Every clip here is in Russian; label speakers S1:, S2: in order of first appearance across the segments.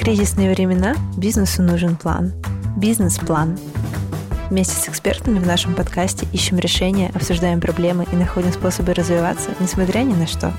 S1: кризисные времена бизнесу нужен план. Бизнес-план. Вместе с экспертами в нашем подкасте ищем решения, обсуждаем проблемы и находим способы развиваться, несмотря ни на что.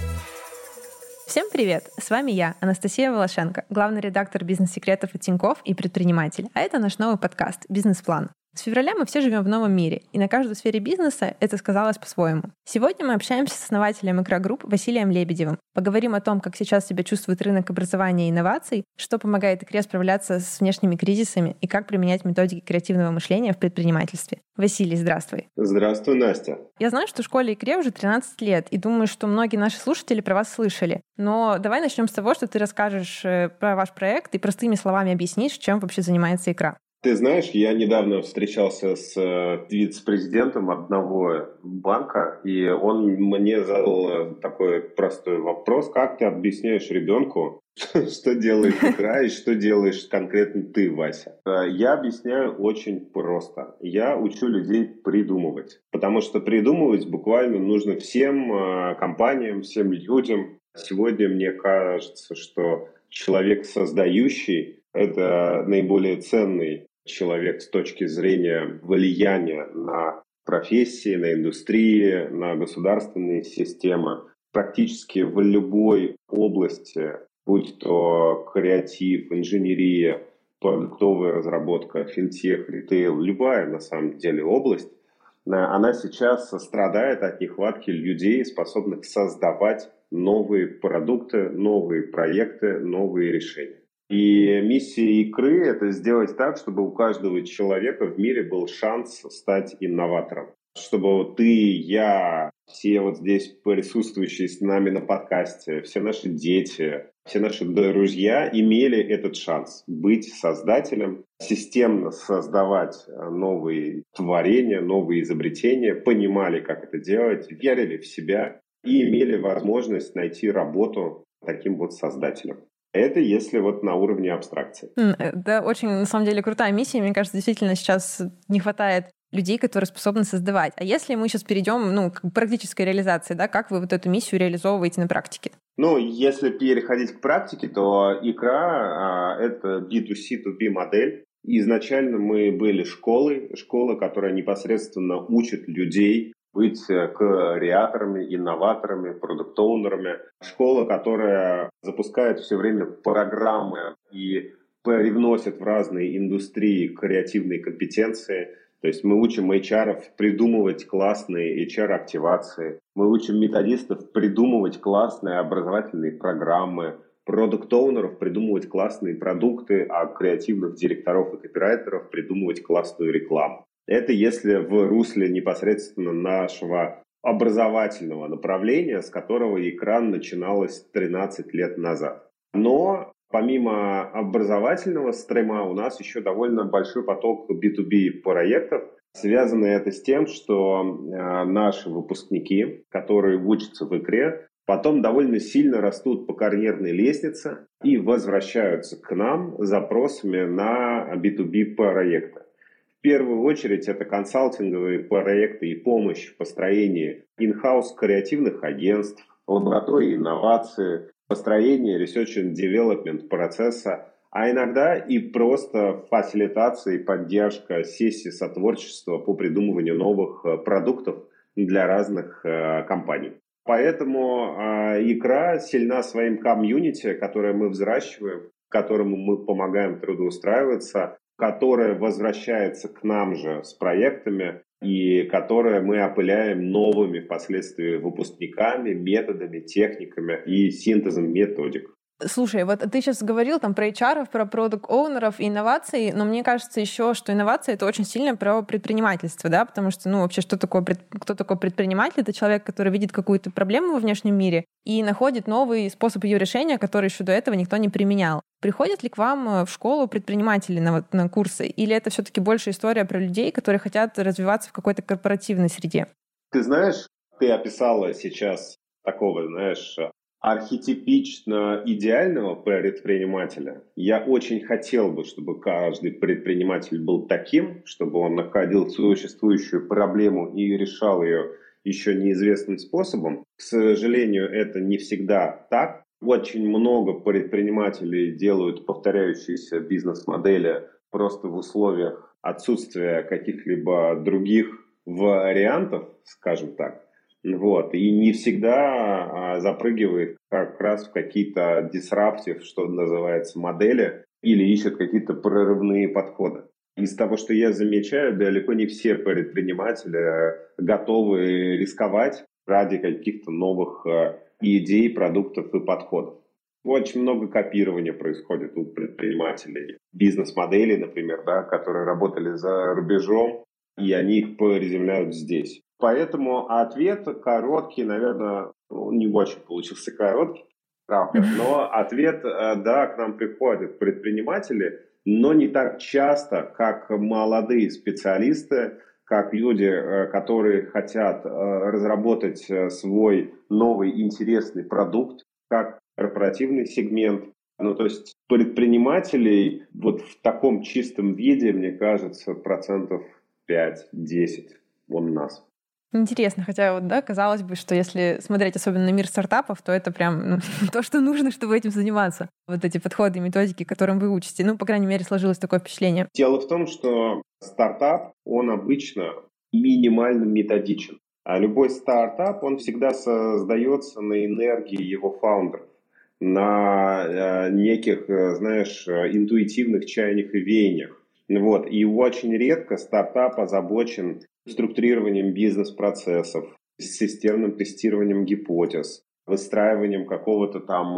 S1: Всем привет! С вами я, Анастасия Волошенко, главный редактор бизнес-секретов от Тинькофф и предприниматель. А это наш новый подкаст «Бизнес-план». С февраля мы все живем в новом мире, и на каждой сфере бизнеса это сказалось по-своему. Сегодня мы общаемся с основателем Икра Групп Василием Лебедевым. Поговорим о том, как сейчас себя чувствует рынок образования и инноваций, что помогает Икре справляться с внешними кризисами и как применять методики креативного мышления в предпринимательстве. Василий, здравствуй.
S2: Здравствуй, Настя.
S1: Я знаю, что в школе Икре уже 13 лет, и думаю, что многие наши слушатели про вас слышали. Но давай начнем с того, что ты расскажешь про ваш проект и простыми словами объяснишь, чем вообще занимается Икра.
S2: Ты знаешь, я недавно встречался с вице-президентом одного банка, и он мне задал такой простой вопрос: как ты объясняешь ребенку, что делает Икра и что делаешь конкретно ты, Вася? Я объясняю очень просто. Я учу людей придумывать, потому что придумывать буквально нужно всем компаниям, всем людям. Сегодня мне кажется, что человек создающий – это наиболее ценный человек с точки зрения влияния на профессии, на индустрии, на государственные системы. Практически в любой области, будь то креатив, инженерия, продуктовая разработка, финтех, ритейл, любая на самом деле область, она сейчас страдает от нехватки людей, способных создавать новые продукты, новые проекты, новые решения. И миссия Икры – это сделать так, чтобы у каждого человека в мире был шанс стать инноватором. Чтобы ты, я, все вот здесь присутствующие с нами на подкасте, все наши дети, все наши друзья имели этот шанс быть создателем, системно создавать новые творения, новые изобретения, понимали, как это делать, верили в себя и имели возможность найти работу таким вот создателем. Это если вот на уровне абстракции.
S1: Это очень, на самом деле, крутая миссия. Мне кажется, действительно сейчас не хватает людей, которые способны создавать. А если мы сейчас перейдем к практической реализации, да, как вы вот эту миссию реализовываете на практике?
S2: Если переходить к практике, то Икра это B2C2B модель. Изначально мы были школа, которая непосредственно учит людей быть креаторами, инноваторами, продукт-оунерами. Школа, которая запускает все время программы и привносит в разные индустрии креативные компетенции. То есть мы учим HR придумывать классные HR-активации. Мы учим методистов придумывать классные образовательные программы, продукт-оунеров придумывать классные продукты, а креативных директоров и копирайтеров придумывать классную рекламу. Это если в русле непосредственно нашего образовательного направления, с которого Икра начиналась 13 лет назад. Но помимо образовательного стрима у нас еще довольно большой поток B2B проектов. Связано это с тем, что наши выпускники, которые учатся в Икре, потом довольно сильно растут по карьерной лестнице и возвращаются к нам с запросами на B2B проекты. В первую очередь это консалтинговые проекты и помощь в построении in-house креативных агентств, лабораторий инноваций, построение research and development процесса, а иногда и просто фасилитация и поддержка сессий сотворчества по придумыванию новых продуктов для разных компаний. Поэтому Икра сильна своим комьюнити, которое мы взращиваем, которому мы помогаем трудоустраиваться, которая возвращается к нам же с проектами и которое мы опыляем новыми впоследствии выпускниками, методами, техниками и синтезом методик.
S1: Слушай, вот ты сейчас говорил про HR, про продукт-оунеров и инновации, но мне кажется еще, что инновация — это очень сильно про предпринимательство, да, потому что, вообще, кто такой предприниматель? Это человек, который видит какую-то проблему во внешнем мире и находит новый способ ее решения, который еще до этого никто не применял. Приходят ли к вам в школу предприниматели на курсы, или это все-таки больше история про людей, которые хотят развиваться в какой-то корпоративной среде?
S2: Ты знаешь, ты описала сейчас такого, архетипично идеального предпринимателя. Я очень хотел бы, чтобы каждый предприниматель был таким, чтобы он находил существующую проблему и решал ее еще неизвестным способом. К сожалению, это не всегда так. Очень много предпринимателей делают повторяющиеся бизнес-модели просто в условиях отсутствия каких-либо других вариантов, скажем так. Вот. И не всегда запрыгивает как раз в какие-то disruptive, что называется, модели, или ищет какие-то прорывные подходы. Из того, что я замечаю, далеко не все предприниматели готовы рисковать ради каких-то новых идей, продуктов и подходов. Очень много копирования происходит у предпринимателей. Бизнес-моделей, например, да, которые работали за рубежом, и они их приземляют здесь. Поэтому ответ короткий, наверное, не очень получился короткий, правда, но ответ, да, к нам приходят предприниматели, но не так часто, как молодые специалисты, как люди, которые хотят разработать свой новый интересный продукт, как корпоративный сегмент. Ну, то есть предпринимателей вот в таком чистом виде, мне кажется, 5-10 вон у нас.
S1: Интересно, хотя вот, да, казалось бы, что если смотреть особенно на мир стартапов, то это прям то, что нужно, чтобы этим заниматься. Вот эти подходы и методики, которым вы учите. Ну, по крайней мере, сложилось такое впечатление.
S2: Дело в том, что стартап, он обычно минимально методичен. А любой стартап, он всегда создается на энергии его фаундеров, на неких, знаешь, интуитивных чаяниях и веяниях. Вот. И очень редко стартап озабочен структурированием бизнес-процессов, системным тестированием гипотез, выстраиванием какого-то там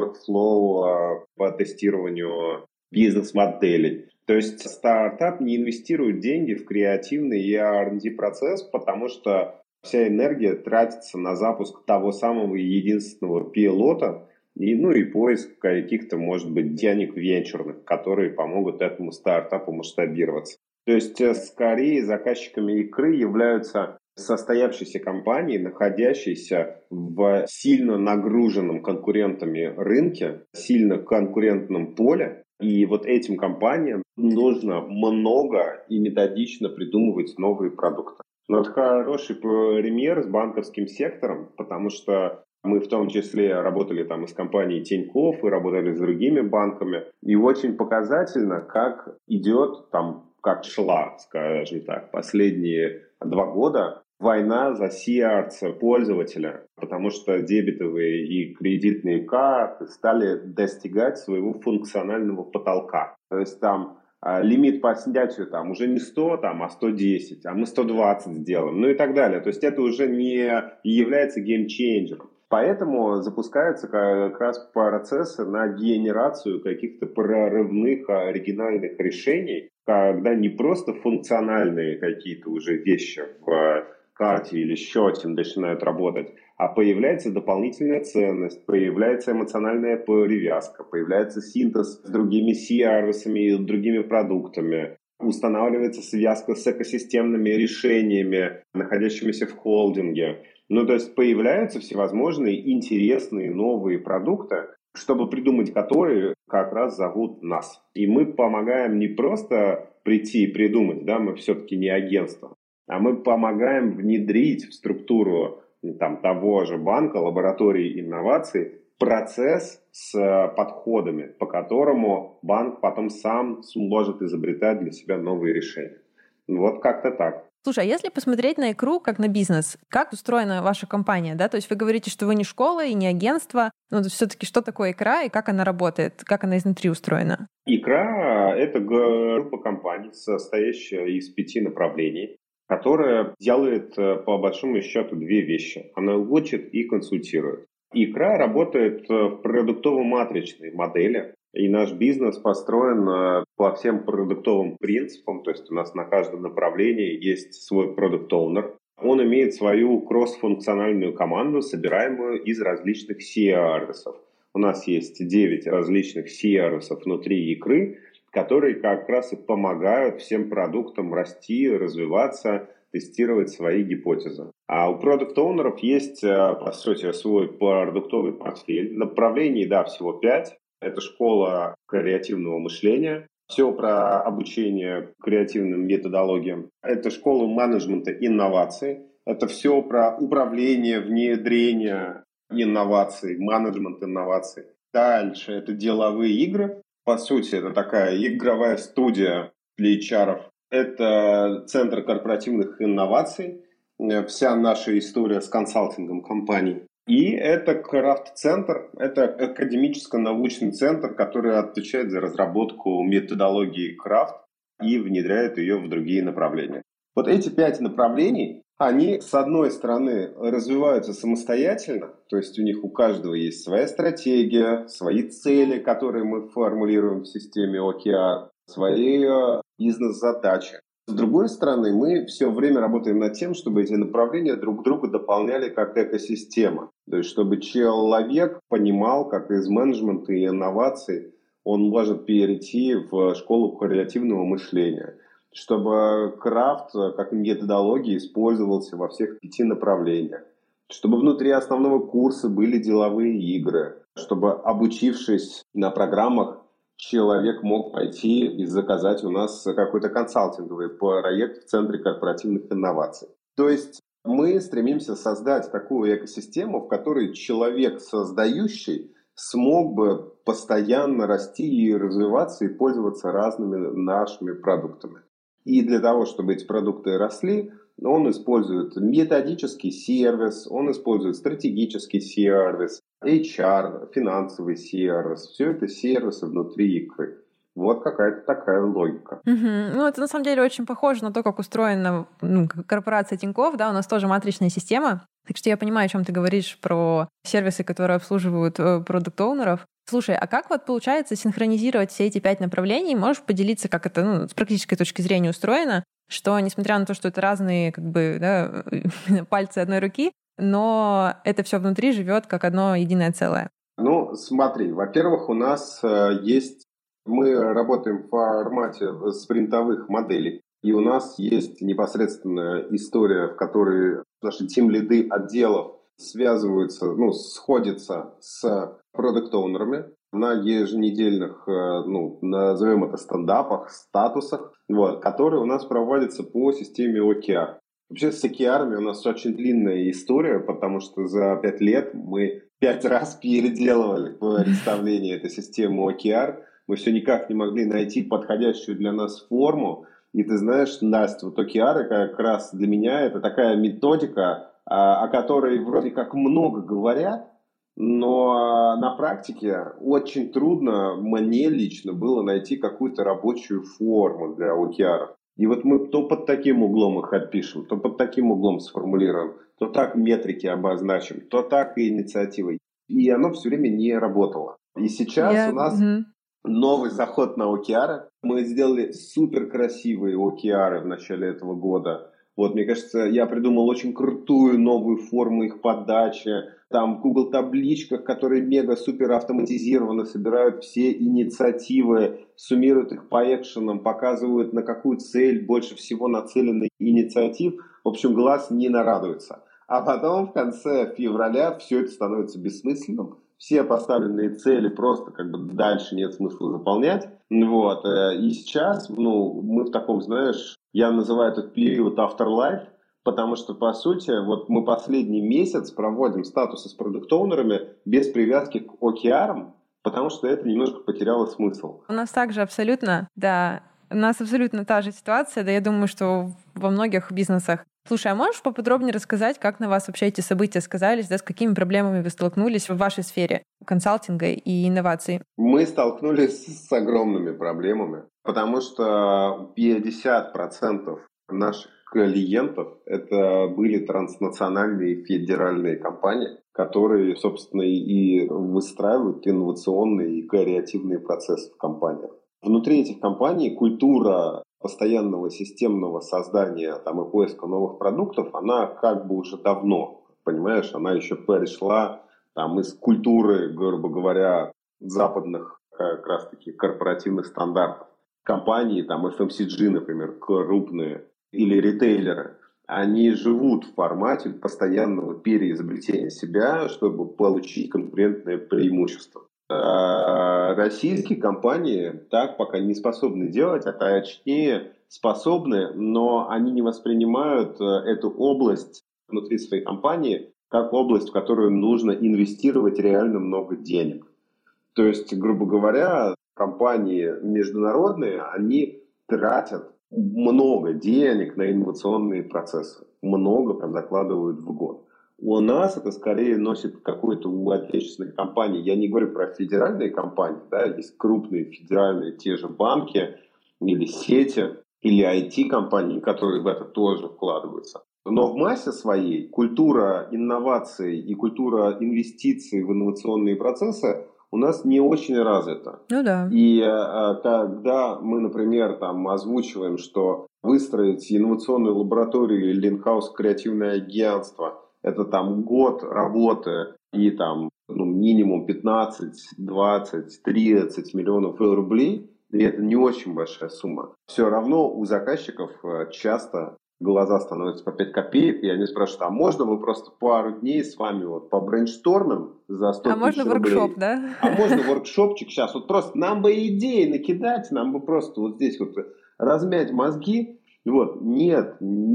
S2: workflow по тестированию бизнес-моделей. То есть стартап не инвестирует деньги в креативный и R&D процесс, потому что вся энергия тратится на запуск того самого единственного пилота, и поиск каких-то, может быть, денег венчурных, которые помогут этому стартапу масштабироваться. То есть, скорее, заказчиками икры являются состоявшиеся компании, находящиеся в сильно нагруженном конкурентами рынке, сильно конкурентном поле. И вот этим компаниям нужно много и методично придумывать новые продукты. Но это хороший пример с банковским сектором, потому что мы в том числе работали там и с компанией Тинькофф, и работали с другими банками. И очень показательно, как идет там, как шла, скажем так, последние 2 года война за сердце пользователя, потому что дебетовые и кредитные карты стали достигать своего функционального потолка. То есть там лимит по снятию там уже не 100, там, а 110, а мы 120 сделаем, ну и так далее. То есть это уже не является геймчейнджером. Поэтому запускаются как раз процессы на генерацию каких-то прорывных, оригинальных решений, когда не просто функциональные какие-то уже вещи в карте или счете начинают работать, а появляется дополнительная ценность, появляется эмоциональная привязка, появляется синтез с другими сервисами и другими продуктами, устанавливается связка с экосистемными решениями, находящимися в холдинге. Ну, то есть появляются всевозможные интересные новые продукты, чтобы придумать которые как раз зовут нас. И мы помогаем не просто прийти и придумать, да, мы все-таки не агентство, а мы помогаем внедрить в структуру там, того же банка, лаборатории инноваций процесс с подходами, по которому банк потом сам сможет изобретать для себя новые решения. Вот как-то так.
S1: Слушай, а если посмотреть на икру как на бизнес, как устроена ваша компания, да? То есть вы говорите, что вы не школа и не агентство, но все-таки что такое икра и как она работает, как она изнутри устроена?
S2: Икра – это группа компаний, состоящая из 5 направлений, которая делает по большому счету 2 вещи. Она учит и консультирует. Икра работает в продуктово-матричной модели. И наш бизнес построен по всем продуктовым принципам, то есть у нас на каждом направлении есть свой продукт-оунер. Он имеет свою кросс-функциональную команду, собираемую из различных сервисов. У нас есть 9 различных сервисов внутри икры, которые как раз и помогают всем продуктам расти, развиваться, тестировать свои гипотезы. А у продукт-оунеров есть, по сути, свой продуктовый портфель. Направлений, да, всего 5. Это школа креативного мышления, все про обучение креативным методологиям. Это школа менеджмента инноваций, это все про управление, внедрение инноваций, менеджмент инноваций. Дальше это деловые игры. По сути, это такая игровая студия для HR. Это центр корпоративных инноваций. Вся наша история с консалтингом компаний. И это крафт-центр, это академическо-научный центр, который отвечает за разработку методологии крафт и внедряет ее в другие направления. Вот эти 5 направлений, они, с одной стороны, развиваются самостоятельно, то есть у них у каждого есть своя стратегия, свои цели, которые мы формулируем в системе OKR, свои бизнес-задачи. С другой стороны, мы все время работаем над тем, чтобы эти направления друг друга дополняли как экосистема. То есть, чтобы человек понимал, как из менеджмента и инноваций он может перейти в школу коррелятивного мышления. Чтобы крафт как методология использовался во всех 5 направлениях. Чтобы внутри основного курса были деловые игры. Чтобы, обучившись на программах, человек мог пойти и заказать у нас какой-то консалтинговый проект в Центре корпоративных инноваций. То есть мы стремимся создать такую экосистему, в которой человек, создающий, смог бы постоянно расти и развиваться и пользоваться разными нашими продуктами. И для того, чтобы эти продукты росли, он использует методический сервис, он использует стратегический сервис, HR, финансовый сервис. Все это сервисы внутри игры. Вот какая-то такая логика.
S1: Ну, это на самом деле очень похоже на то, как устроена корпорация Тинькофф. Да, у нас тоже матричная система. Так что я понимаю, о чем ты говоришь про сервисы, которые обслуживают продукт-оунеров. Слушай, а как вот получается синхронизировать все эти 5 направлений? Можешь поделиться, как это с практической точки зрения устроено? Что, несмотря на то, что это разные пальцы одной руки, но это все внутри живет как одно единое целое.
S2: Ну, смотри, во-первых, у нас мы работаем в формате спринтовых моделей, и у нас есть непосредственная история, в которой наши тимлиды отделов связываются, сходятся с продукт-оунерами на еженедельных, назовем это стендапах, статусах, которые у нас проводятся по системе OKR. Вообще с OKR у нас очень длинная история, потому что за 5 лет мы 5 раз переделывали представление этой системы OKR. Мы все никак не могли найти подходящую для нас форму. И ты знаешь, Настя, вот OKR как раз для меня это такая методика, о которой вроде как много говорят, но на практике очень трудно мне лично было найти какую-то рабочую форму для OKR. И вот мы то под таким углом их отпишем, то под таким углом сформулируем, то так метрики обозначим, то так и инициативы. И оно все время не работало. И сейчас у нас новый заход на OKR. Мы сделали супер красивые OKR в начале этого года. Вот, мне кажется, я придумал очень крутую новую форму их подачи. Там в Google табличках, которые мега-супер автоматизированно собирают все инициативы, суммируют их по экшенам, показывают, на какую цель больше всего нацелены инициатив. В общем, глаз не нарадуется. А потом в конце февраля все это становится бессмысленным. Все поставленные цели просто дальше нет смысла заполнять. И сейчас, мы в таком, я называю этот период afterlife, потому что, по сути, вот мы последний месяц проводим статусы с продукт-оунерами без привязки к OKR, потому что это немножко потеряло смысл.
S1: У нас также абсолютно, да, у нас абсолютно та же ситуация, да, я думаю, что во многих бизнесах. Слушай, а можешь поподробнее рассказать, как на вас вообще эти события сказались, да, с какими проблемами вы столкнулись в вашей сфере консалтинга и инноваций?
S2: Мы столкнулись с огромными проблемами, потому что 50% наших клиентов это были транснациональные федеральные компании, которые, собственно, и выстраивают инновационные и креативные процессы в компаниях. Внутри этих компаний культура постоянного системного создания и поиска новых продуктов, она уже давно, понимаешь, она еще перешла из культуры, грубо говоря, западных как раз-таки корпоративных стандартов. Компании, FMCG, например, крупные, или ритейлеры, они живут в формате постоянного переизобретения себя, чтобы получить конкурентное преимущество. Российские компании так пока не способны делать, а точнее способны, но они не воспринимают эту область внутри своей компании как область, в которую нужно инвестировать реально много денег. То есть, грубо говоря, компании международные, они тратят много денег на инновационные процессы. Много прям закладывают в год. У нас это скорее носит какой-то у отечественной компании. Я не говорю про федеральные компании, да, есть крупные федеральные те же банки или сети, или IT-компании, которые в это тоже вкладываются. Но в массе своей культура инноваций и культура инвестиций в инновационные процессы у нас не очень развита.
S1: Ну да.
S2: И когда мы, например, там озвучиваем, что выстроить инновационную лабораторию или in-house креативное агентство – это там год работы и там минимум 15, 20, 30 миллионов рублей, и это не очень большая сумма. Все равно у заказчиков часто глаза становятся по 5 копеек, и они спрашивают, а можно мы просто пару дней с вами вот побрейнштормим за 100 тысяч
S1: можно
S2: рублей?
S1: воркшоп, да?
S2: А можно воркшопчик сейчас? Вот просто нам бы идеи накидать, нам бы просто вот здесь вот размять мозги. Вот, нет,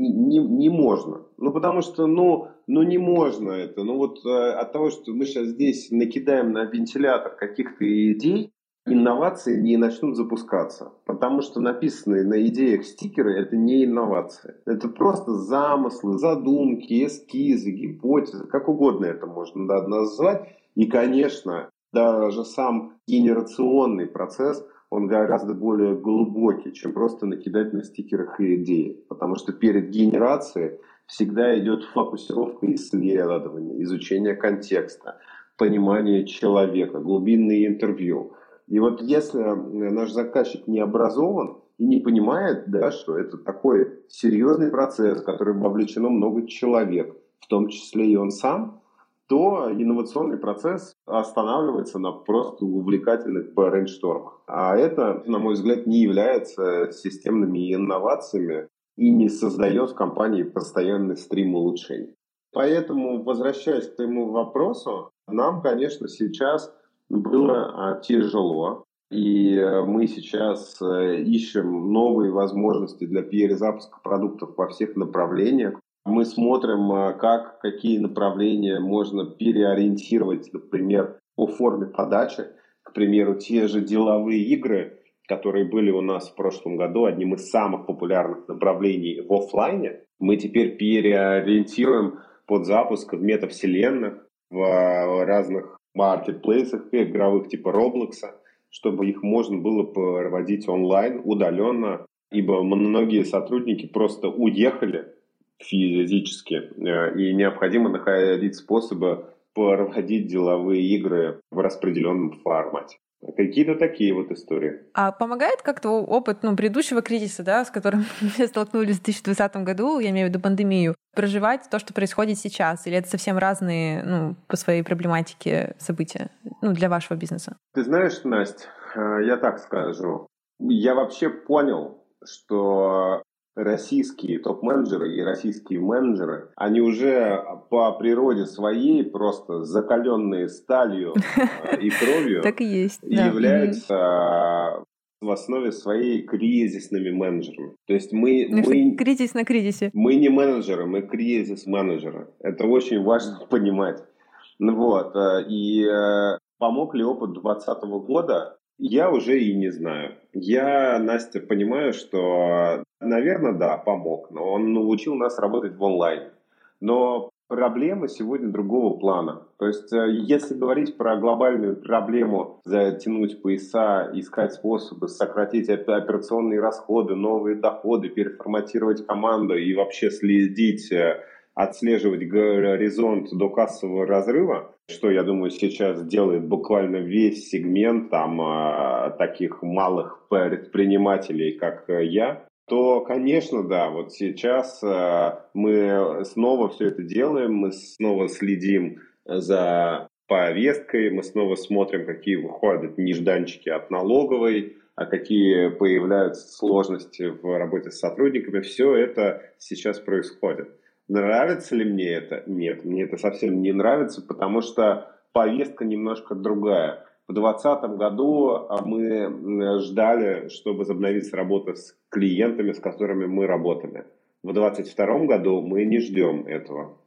S2: не можно. Потому что, не можно это. От того, что мы сейчас здесь накидаем на вентилятор каких-то идей, инновации не начнут запускаться. Потому что написанные на идеях стикеры – это не инновации. Это просто замыслы, задумки, эскизы, гипотезы, как угодно это можно назвать. И, конечно, даже сам генерационный процесс, он гораздо более глубокий, чем просто накидать на стикерах и идеи. Потому что перед генерацией всегда идет фокусировка исследования, изучение контекста, понимание человека, глубинные интервью. И вот если наш заказчик не образован и не понимает, да, что это такой серьезный процесс, в который вовлечено много человек, в том числе и он сам, то инновационный процесс останавливается на просто увлекательных брейнштормах. А это, на мой взгляд, не является системными инновациями и не создает в компании постоянный стрим улучшений. Поэтому, возвращаясь к твоему вопросу, нам, конечно, сейчас было тяжело. И мы сейчас ищем новые возможности для перезапуска продуктов во всех направлениях. Мы смотрим, какие направления можно переориентировать, например, по форме подачи. К примеру, те же деловые игры, которые были у нас в прошлом году, одним из самых популярных направлений в офлайне, мы теперь переориентируем под запуск в метавселенных, в разных маркетплейсах игровых типа Roblox, чтобы их можно было проводить онлайн, удаленно, ибо многие сотрудники просто уехали физически, и необходимо находить способы проводить деловые игры в распределенном формате. Какие-то такие вот истории.
S1: А помогает как-то опыт предыдущего кризиса, да, с которым мы столкнулись в 2020 году, я имею в виду пандемию, проживать то, что происходит сейчас? Или это совсем разные по своей проблематике события для вашего бизнеса?
S2: Ты знаешь, Настя, я так скажу. Я вообще понял, что российские топ-менеджеры и российские менеджеры, они уже по природе своей просто закаленные сталью и кровью
S1: так и есть,
S2: являются в основе своей кризисными менеджерами. То есть мы
S1: кризис на кризисе.
S2: Мы не менеджеры, мы кризис-менеджеры. Это очень важно понимать. И помог ли опыт 2020 года? Я уже и не знаю. Я, Настя, понимаю, что, наверное, да, помог. Но он научил нас работать в онлайн. Но проблема сегодня другого плана. То есть, если говорить про глобальную проблему, затянуть пояса, искать способы сократить операционные расходы, новые доходы, переформатировать команду и вообще следить, отслеживать горизонт до кассового разрыва, что, я думаю, сейчас делает буквально весь сегмент таких малых предпринимателей, как я, то, конечно, да, вот сейчас мы снова все это делаем, мы снова следим за повесткой, мы снова смотрим, какие выходят нежданчики от налоговой, а какие появляются сложности в работе с сотрудниками. Все это сейчас происходит. Нравится ли мне это? Нет, мне это совсем не нравится, потому что повестка немножко другая. В 2020 году мы ждали, что возобновится работа с клиентами, с которыми мы работали. В 2022 году мы не ждем этого.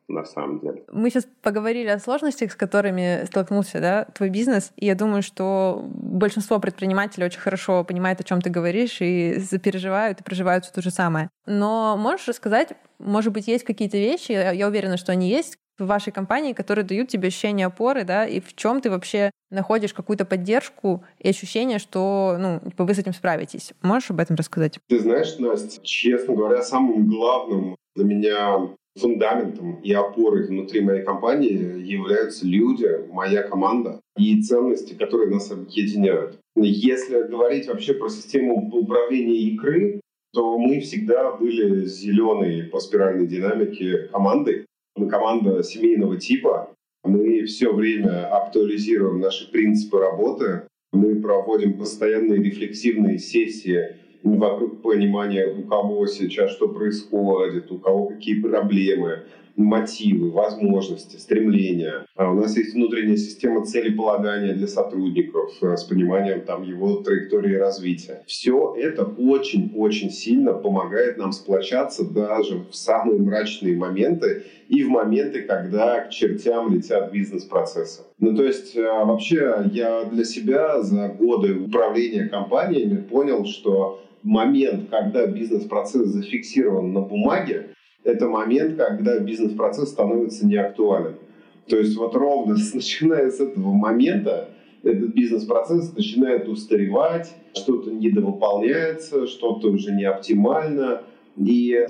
S2: на самом деле.
S1: Мы сейчас поговорили о сложностях, с которыми столкнулся, да, твой бизнес, и я думаю, что большинство предпринимателей очень хорошо понимает, о чем ты говоришь, и запереживают, и проживают все то же самое. Но можешь рассказать, может быть, есть какие-то вещи, я уверена, что они есть, в вашей компании, которые дают тебе ощущение опоры, да, и в чем ты вообще находишь какую-то поддержку и ощущение, что, вы с этим справитесь. Можешь об этом рассказать?
S2: Ты знаешь, Настя, честно говоря, самым главным для меня фундаментом и опорой внутри моей компании являются люди, моя команда и ценности, которые нас объединяют. Если говорить вообще про систему управления игры, то мы всегда были зеленой по спиральной динамике командой. Мы команда семейного типа. Мы все время актуализируем наши принципы работы. Мы проводим постоянные рефлексивные сессии вокруг понимания, у кого сейчас что происходит, у кого какие проблемы, мотивы, возможности, стремления. А у нас есть внутренняя система целеполагания для сотрудников с пониманием его траектории развития. Все это очень-очень сильно помогает нам сплочаться даже в самые мрачные моменты и в моменты, когда к чертям летят бизнес-процессы. То есть вообще я для себя за годы управления компаниями понял, что момент, когда бизнес-процесс зафиксирован на бумаге, это момент, когда бизнес-процесс становится неактуален. То есть ровно начиная с этого момента этот бизнес-процесс начинает устаревать, что-то недовыполняется, что-то уже не оптимально. И это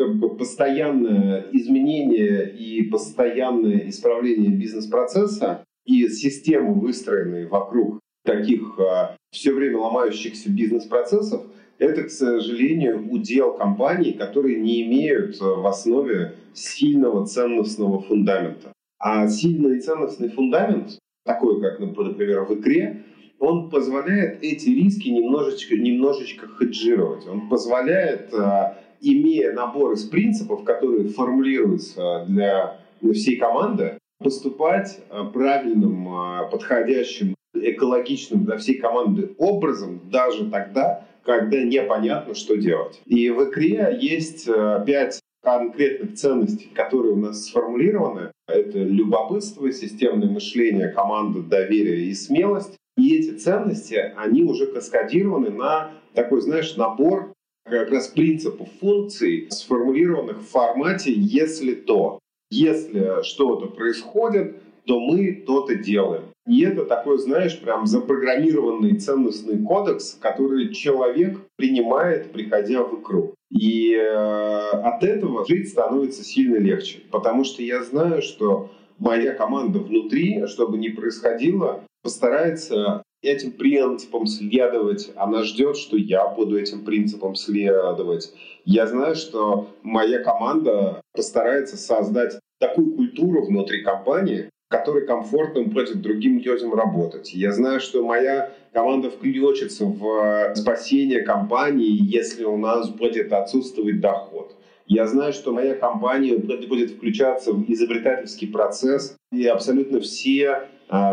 S2: постоянное изменение и постоянное исправление бизнес-процесса и системы, выстроенные вокруг таких все время ломающихся бизнес-процессов, это, к сожалению, удел компаний, которые не имеют в основе сильного ценностного фундамента. А сильный ценностный фундамент, такой, как, например, в игре, он позволяет эти риски немножечко хеджировать. Он позволяет, имея набор из принципов, которые формулируются для всей команды, поступать правильным, подходящим, экологичным для всей команды образом даже тогда, когда непонятно, что делать. И в игре есть 5 конкретных ценностей, которые у нас сформулированы. Это любопытство, системное мышление, команда, доверие и смелость. И эти ценности, они уже каскадированы на такой, набор как раз принципов функций, сформулированных в формате «если то». Если что-то происходит, то мы то-то делаем. И это такой, прям запрограммированный ценностный кодекс, который человек принимает, приходя в игру. И от этого жить становится сильно легче. Потому что я знаю, что моя команда внутри, что бы ни происходило, постарается этим принципам следовать. Она ждет, что я буду этим принципам следовать. Я знаю, что моя команда постарается создать такую культуру внутри компании, которой комфортно будет другим людям работать. Я знаю, что моя команда включится в спасение компании, если у нас будет отсутствовать доход. Я знаю, что моя компания будет включаться в изобретательский процесс, и абсолютно все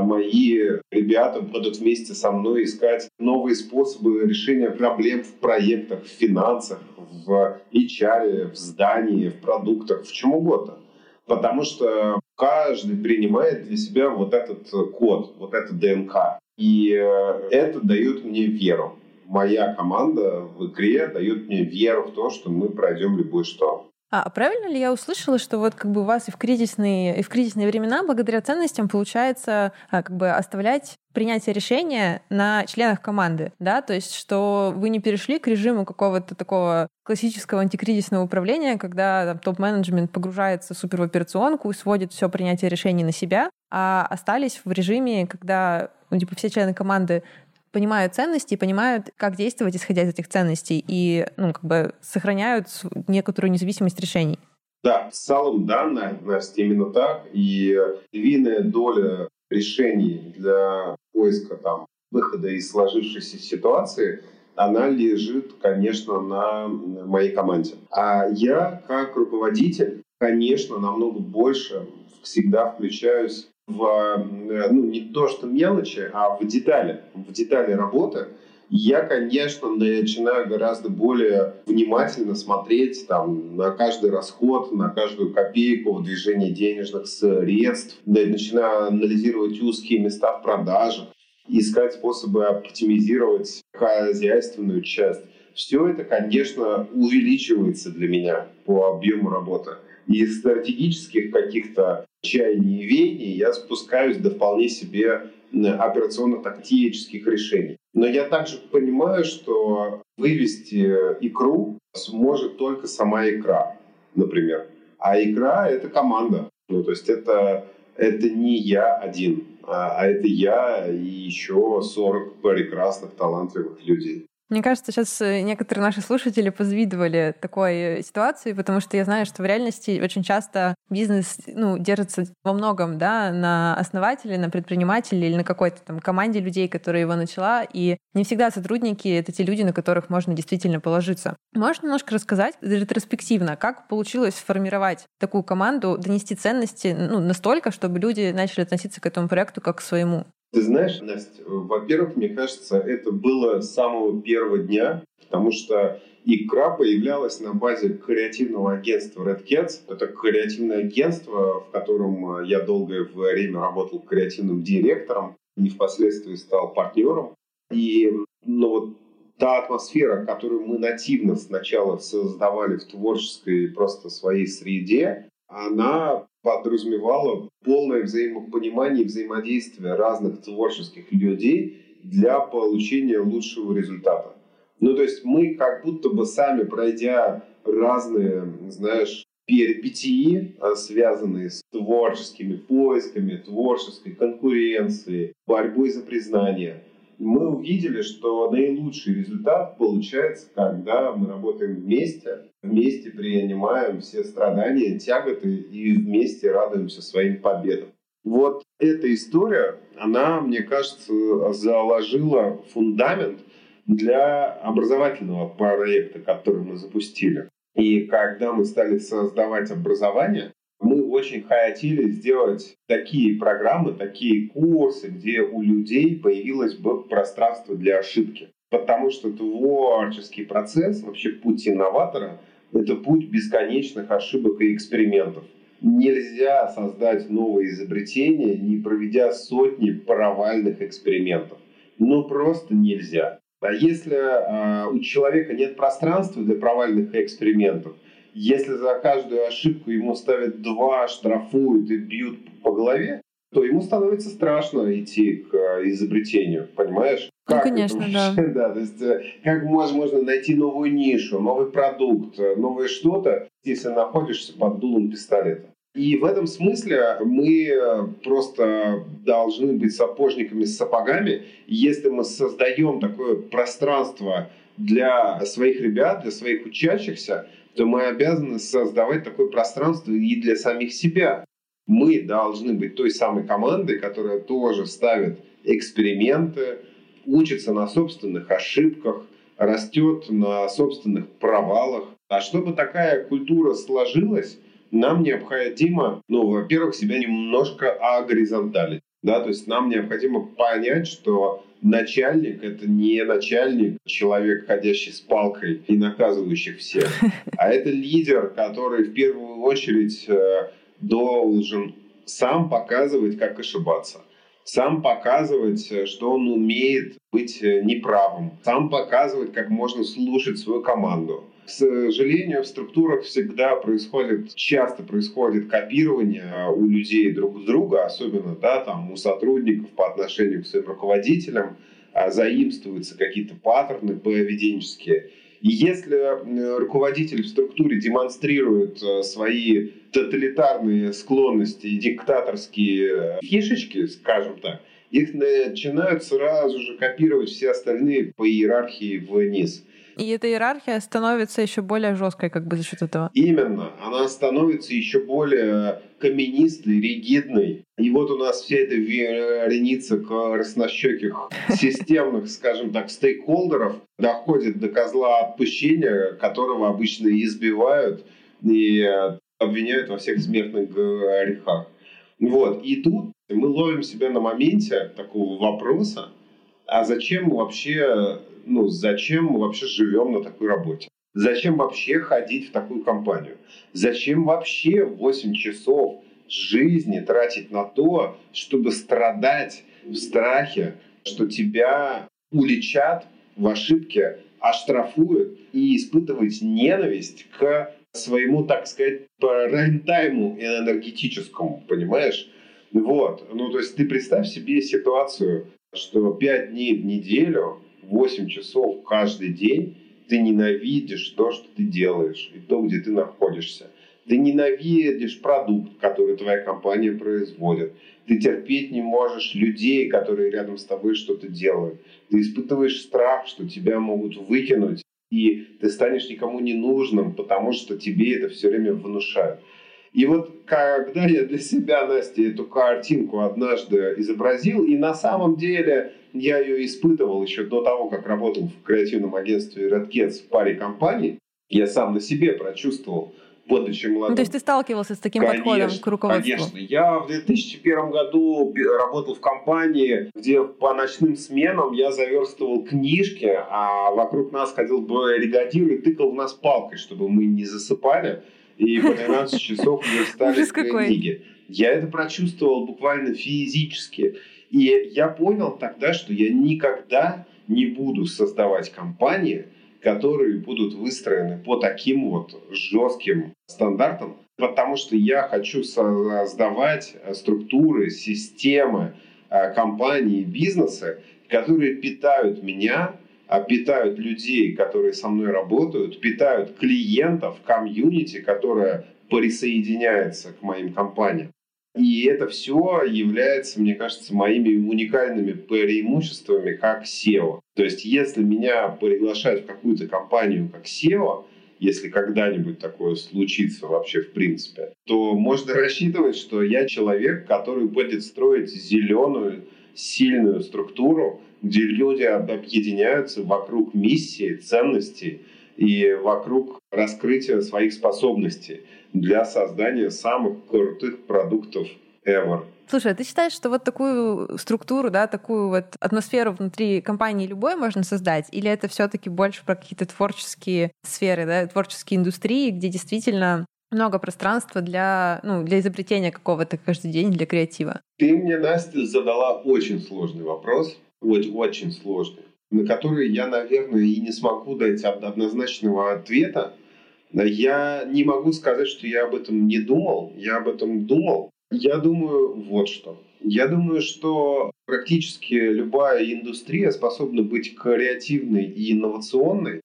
S2: мои ребята будут вместе со мной искать новые способы решения проблем в проектах, в финансах, в HR, в здании, в продуктах, в чем угодно. Потому что каждый принимает для себя этот код, это ДНК. И это дает мне веру. Моя команда в игре дает мне веру в то, что мы пройдем любой шторм.
S1: А правильно ли я услышала, что у вас и в кризисные времена благодаря ценностям получается оставлять принятие решения на членах команды, да? То есть что вы не перешли к режиму какого-то такого классического антикризисного управления, когда топ-менеджмент погружается в супероперационку и сводит все принятие решений на себя, а остались в режиме, когда все члены команды понимают ценности, понимают, как действовать, исходя из этих ценностей, и сохраняют некоторую независимость решений.
S2: Да, в целом, да, Настя, именно так. И львиная доля решений для поиска выхода из сложившейся ситуации, она лежит, конечно, на моей команде. А я, как руководитель, конечно, намного больше всегда включаюсь в не то что мелочи, а в детали работы. Я, конечно, начинаю гораздо более внимательно смотреть на каждый расход, на каждую копейку в движении денежных средств. Да, начинаю анализировать узкие места в продажах, искать способы оптимизировать хозяйственную часть. Все это, конечно, увеличивается для меня по объему работы. И из стратегических каких-то чаяний и веяний я спускаюсь до вполне себе операционно-тактических решений. Но я также понимаю, что вывести икру сможет только сама икра, например. А икра — это команда. То есть это не я один, а это я и еще 40 прекрасных, талантливых людей.
S1: Мне кажется, сейчас некоторые наши слушатели позавидовали такой ситуации, потому что я знаю, что в реальности очень часто бизнес держится во многом на основателе, на предпринимателе или на какой-то там команде людей, которая его начала, и не всегда сотрудники — это те люди, на которых можно действительно положиться. Можешь немножко рассказать ретроспективно, как получилось сформировать такую команду, донести ценности настолько, чтобы люди начали относиться к этому проекту как к своему?
S2: Ты знаешь, Настя, во-первых, мне кажется, это было с самого первого дня, потому что икра появлялась на базе креативного агентства Red Cats. Это креативное агентство, в котором я долгое время работал креативным директором и впоследствии стал партнером. И та атмосфера, которую мы нативно сначала создавали в творческой просто своей среде, она подразумевала полное взаимопонимание и взаимодействие разных творческих людей для получения лучшего результата. То есть мы как будто бы сами, пройдя разные, перипетии, связанные с творческими поисками, творческой конкуренцией, борьбой за признание, мы увидели, что наилучший результат получается, когда мы работаем вместе принимаем все страдания, тяготы и вместе радуемся своим победам. Вот эта история, она, мне кажется, заложила фундамент для образовательного проекта, который мы запустили. И когда мы стали создавать образование, мы очень хотели сделать такие программы, такие курсы, где у людей появилось бы пространство для ошибки. Потому что творческий процесс, вообще путь инноватора, это путь бесконечных ошибок и экспериментов. Нельзя создать новое изобретение, не проведя сотни провальных экспериментов. Просто нельзя. А если у человека нет пространства для провальных экспериментов, если за каждую ошибку ему ставят 2, штрафуют и бьют по голове, то ему становится страшно идти к изобретению, понимаешь?
S1: Конечно, да.
S2: Да, то есть как можно найти новую нишу, новый продукт, новое что-то, если находишься под дулом пистолета. И в этом смысле мы просто должны быть сапожниками с сапогами. Если мы создаем такое пространство для своих ребят, для своих учащихся, то мы обязаны создавать такое пространство и для самих себя. Мы должны быть той самой командой, которая тоже ставит эксперименты, учится на собственных ошибках, растет на собственных провалах. А чтобы такая культура сложилась, нам необходимо, во-первых, себя немножко агоризонталить. То есть нам необходимо понять, что начальник — это не начальник, человек, ходящий с палкой и наказывающий всех, а это лидер, который в первую очередь должен сам показывать, как ошибаться. Сам показывать, что он умеет быть неправым. Сам показывать, как можно слушать свою команду. К сожалению, в структурах часто происходит копирование у людей друг друга, особенно у сотрудников по отношению к своим руководителям, заимствуются какие-то паттерны поведенческие. И если руководитель в структуре демонстрирует свои тоталитарные склонности и диктаторские фишечки, скажем так, их начинают сразу же копировать все остальные по иерархии вниз.
S1: И эта иерархия становится еще более жесткой за счет этого.
S2: Именно. Она становится еще более каменистой, ригидной. И вот у нас вся эта вереница краснощеких системных, скажем так, стейкхолдеров доходит до козла отпущения, которого обычно избивают и обвиняют во всех смертных грехах. И тут мы ловим себя на моменте такого вопроса, а зачем мы вообще живем на такой работе? Зачем вообще ходить в такую компанию? Зачем вообще 8 часов жизни тратить на то, чтобы страдать в страхе, что тебя уличат в ошибке, оштрафуют и испытывать ненависть к своему, так сказать, прайм-тайму энергетическому, понимаешь? Вот. То есть ты представь себе ситуацию, что 5 дней в неделю, 8 часов каждый день ты ненавидишь то, что ты делаешь, и то, где ты находишься. Ты ненавидишь продукт, который твоя компания производит. Ты терпеть не можешь людей, которые рядом с тобой что-то делают. Ты испытываешь страх, что тебя могут выкинуть, и ты станешь никому не нужным, потому что тебе это все время внушают. И вот когда я для себя, Настя, эту картинку однажды изобразил, и на самом деле я ее испытывал еще до того, как работал в креативном агентстве Red Cats в паре компаний, я сам на себе прочувствовал, будучи молодым.
S1: То есть ты сталкивался с таким подходом к руководству?
S2: Конечно. Я в 2001 году работал в компании, где по ночным сменам я заверстывал книжки, а вокруг нас ходил бригадир и тыкал в нас палкой, чтобы мы не засыпали. И по 12 часов не встали с книги. Я это прочувствовал буквально физически. И я понял тогда, что я никогда не буду создавать компании, которые будут выстроены по таким вот жестким стандартам, потому что я хочу создавать структуры, системы, компании, бизнесы, которые питают меня, питают людей, которые со мной работают, питают клиентов, комьюнити, которое присоединяется к моим компаниям. И это все является, мне кажется, моими уникальными преимуществами как SEO. То есть, если меня приглашать в какую-то компанию как SEO, если когда-нибудь такое случится вообще в принципе, то можно рассчитывать, что я человек, который будет строить зеленую, сильную структуру, где люди объединяются вокруг миссии, ценностей и вокруг раскрытия своих способностей для создания самых крутых продуктов ever.
S1: Слушай, а ты считаешь, что вот такую структуру, да, такую вот атмосферу внутри компании любой можно создать? Или это все-таки больше про какие-то творческие сферы, да, творческие индустрии, где действительно много пространства для изобретения какого-то каждый день, для креатива?
S2: Ты мне, Настя, задала очень сложный вопрос, очень сложный, на который я, наверное, и не смогу дать однозначного ответа. Я не могу сказать, что я об этом не думал, я об этом думал. Я думаю вот что. Я думаю, что практически любая индустрия способна быть креативной и инновационной,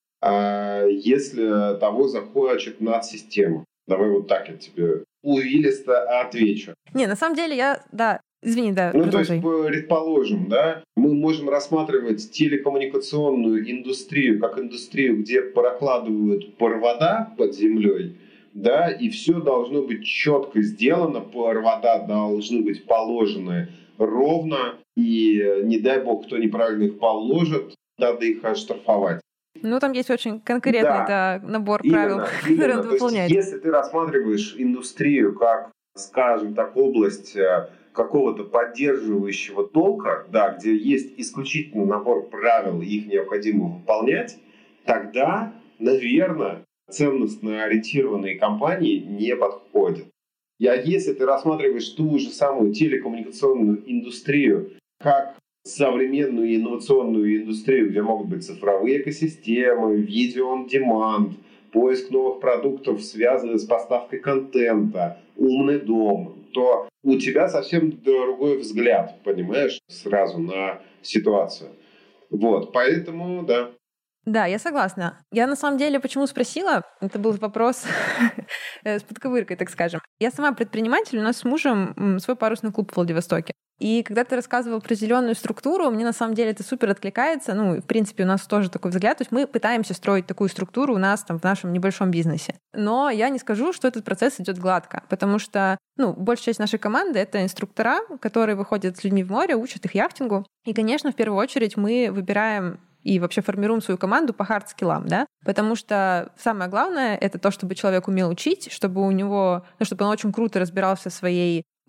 S2: если того захочет надсистема. Давай вот так я тебе увилисто отвечу.
S1: Не, на самом деле Извини,
S2: продолжай. То есть, предположим, да, мы можем рассматривать телекоммуникационную индустрию как индустрию, где прокладывают провода под землей, да, и все должно быть четко сделано, провода должны быть положены ровно, и не дай бог, кто неправильно их положит, надо их оштрафовать.
S1: Там есть очень конкретный набор правил, которые надо выполнять.
S2: Если ты рассматриваешь индустрию как, скажем так, область какого-то поддерживающего толка, да, где есть исключительно набор правил, и их необходимо выполнять, тогда, наверное, ценностно ориентированные компании не подходят. Если ты рассматриваешь ту же самую телекоммуникационную индустрию как современную инновационную индустрию, где могут быть цифровые экосистемы, видео on demand, поиск новых продуктов, связанных с поставкой контента, умный дом, то у тебя совсем другой взгляд, понимаешь, сразу на ситуацию. Вот, поэтому, да.
S1: Да, я согласна. Я на самом деле почему спросила, это был вопрос с подковыркой, так скажем. Я сама предприниматель, у нас с мужем свой парусный клуб в Владивостоке. И когда ты рассказывал про зеленую структуру, мне на самом деле это супер откликается. В принципе, у нас тоже такой взгляд. То есть мы пытаемся строить такую структуру у нас там в нашем небольшом бизнесе. Но я не скажу, что этот процесс идет гладко, потому что, большая часть нашей команды — это инструктора, которые выходят с людьми в море, учат их яхтингу. И, конечно, в первую очередь мы выбираем и вообще формируем свою команду по хард-скиллам, да, потому что самое главное — это то, чтобы человек умел учить, чтобы у него, чтобы он очень круто разбирался в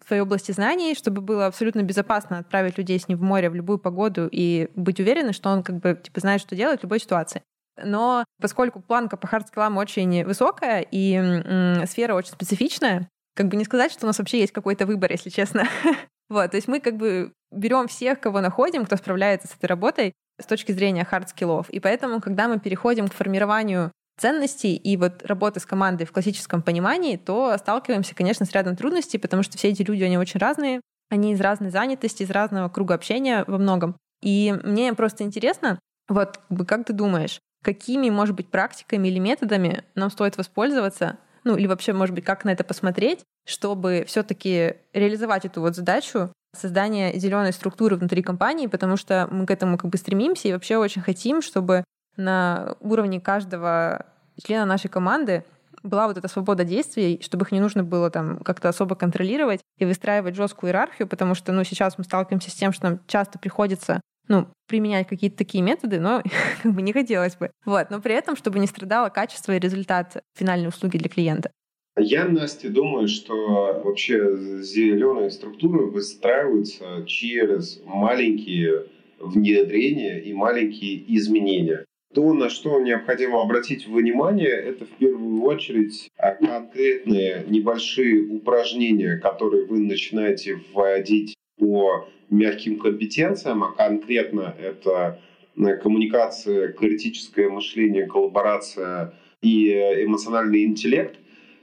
S1: в своей области знаний, чтобы было абсолютно безопасно отправить людей с ним в море в любую погоду и быть уверены, что он знает, что делать в любой ситуации. Но поскольку планка по хардскиллам очень высокая и сфера очень специфичная, не сказать, что у нас вообще есть какой-то выбор, если честно. Вот, то есть мы берем всех, кого находим, кто справляется с этой работой с точки зрения хардскиллов. И поэтому, когда мы переходим к формированию ценностей и работы с командой в классическом понимании, то сталкиваемся, конечно, с рядом трудностей, потому что все эти люди, они очень разные, они из разной занятости, из разного круга общения во многом. И мне просто интересно, как ты думаешь, какими, может быть, практиками или методами нам стоит воспользоваться, или вообще, может быть, как на это посмотреть, чтобы все-таки реализовать эту задачу создания зеленой структуры внутри компании, потому что мы к этому стремимся и вообще очень хотим, чтобы на уровне каждого члена нашей команды была эта свобода действий, чтобы их не нужно было как-то особо контролировать и выстраивать жесткую иерархию, потому что сейчас мы сталкиваемся с тем, что нам часто приходится применять какие-то такие методы, но не хотелось бы. Но при этом, чтобы не страдало качество и результат финальной услуги для клиента.
S3: Я, Настя, думаю, что вообще зеленые структуры выстраиваются через маленькие внедрения и маленькие изменения. То, на что необходимо обратить внимание, это в первую очередь конкретные небольшие упражнения, которые вы начинаете вводить по мягким компетенциям, а конкретно это коммуникация, критическое мышление, коллаборация и эмоциональный интеллект.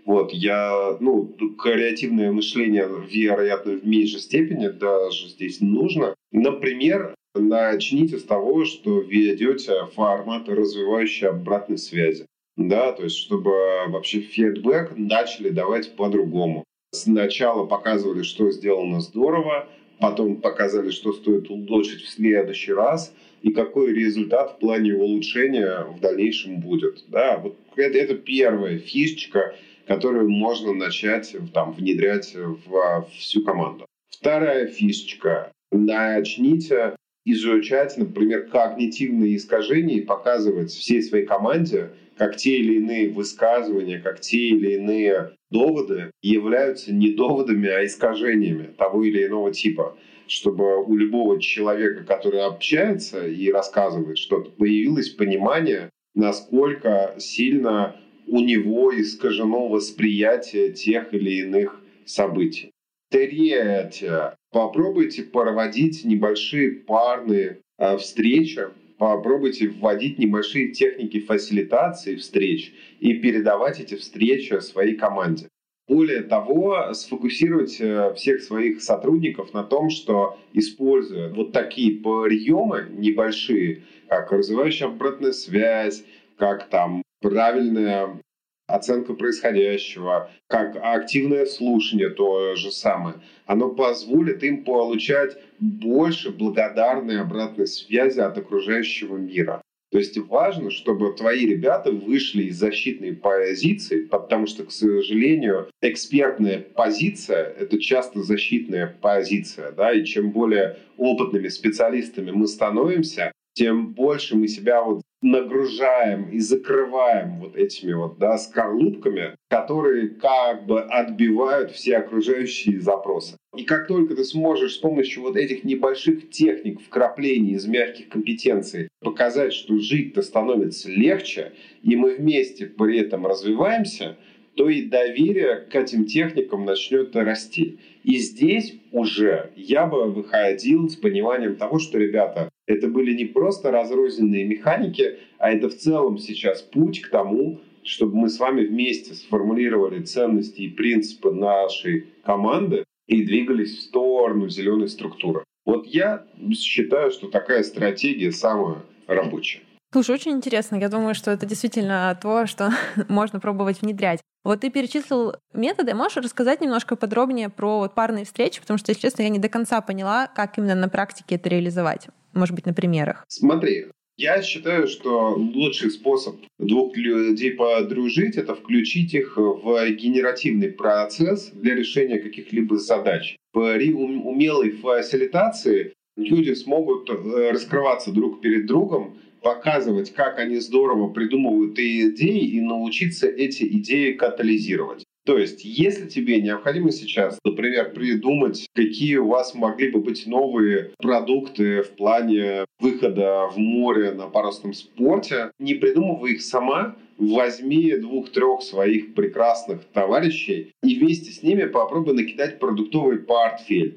S3: Креативное мышление, вероятно, в меньшей степени даже здесь нужно. Например, начните с того, что ведете формат развивающей обратной связи. То есть, чтобы вообще фидбэк начали давать по-другому. Сначала показывали, что сделано здорово, потом показали, что стоит улучшить в следующий раз и какой результат в плане улучшения в дальнейшем будет. Это первая фишечка, которую можно начать внедрять в всю команду. Вторая фишечка. Начните изучать, например, когнитивные искажения и показывать всей своей команде, как те или иные высказывания, как те или иные доводы являются не доводами, а искажениями того или иного типа. Чтобы у любого человека, который общается и рассказывает что-то, появилось понимание, насколько сильно у него искажено восприятие тех или иных событий. Третье. Попробуйте проводить небольшие парные встречи, попробуйте вводить небольшие техники фасилитации встреч и передавать эти встречи своей команде. Более того, сфокусируйте всех своих сотрудников на том, что, используя такие приемы небольшие, как развивающая обратная связь, как правильная оценка происходящего, как активное слушание, то же самое, оно позволит им получать больше благодарной обратной связи от окружающего мира. То есть важно, чтобы твои ребята вышли из защитной позиции, потому что, к сожалению, экспертная позиция — это часто защитная позиция. И чем более опытными специалистами мы становимся, тем больше мы себя нагружаем и закрываем этими скорлупками, которые отбивают все окружающие запросы. И как только ты сможешь с помощью этих небольших техник вкраплений из мягких компетенций показать, что жить-то становится легче, и мы вместе при этом развиваемся, то и доверие к этим техникам начнет расти. И здесь уже я бы выходил с пониманием того, что, ребята, это были не просто разрозненные механики, а это в целом сейчас путь к тому, чтобы мы с вами вместе сформулировали ценности и принципы нашей команды и двигались в сторону зеленой структуры. Я считаю, что такая стратегия самая рабочая.
S1: Слушай, очень интересно. Я думаю, что это действительно то, что можно пробовать внедрять. Ты перечислил методы. Можешь рассказать немножко подробнее про парные встречи? Потому что, если честно, я не до конца поняла, как именно на практике это реализовать. Может быть, на примерах.
S3: Смотри, я считаю, что лучший способ двух людей подружить — это включить их в генеративный процесс для решения каких-либо задач. При умелой фасилитации люди смогут раскрываться друг перед другом, показывать, как они здорово придумывают идеи и научиться эти идеи катализировать. То есть, если тебе необходимо сейчас, например, придумать, какие у вас могли бы быть новые продукты в плане выхода в море на парусном спорте, не придумывай их сама, возьми 2-3 своих прекрасных товарищей и вместе с ними попробуй накидать продуктовый портфель.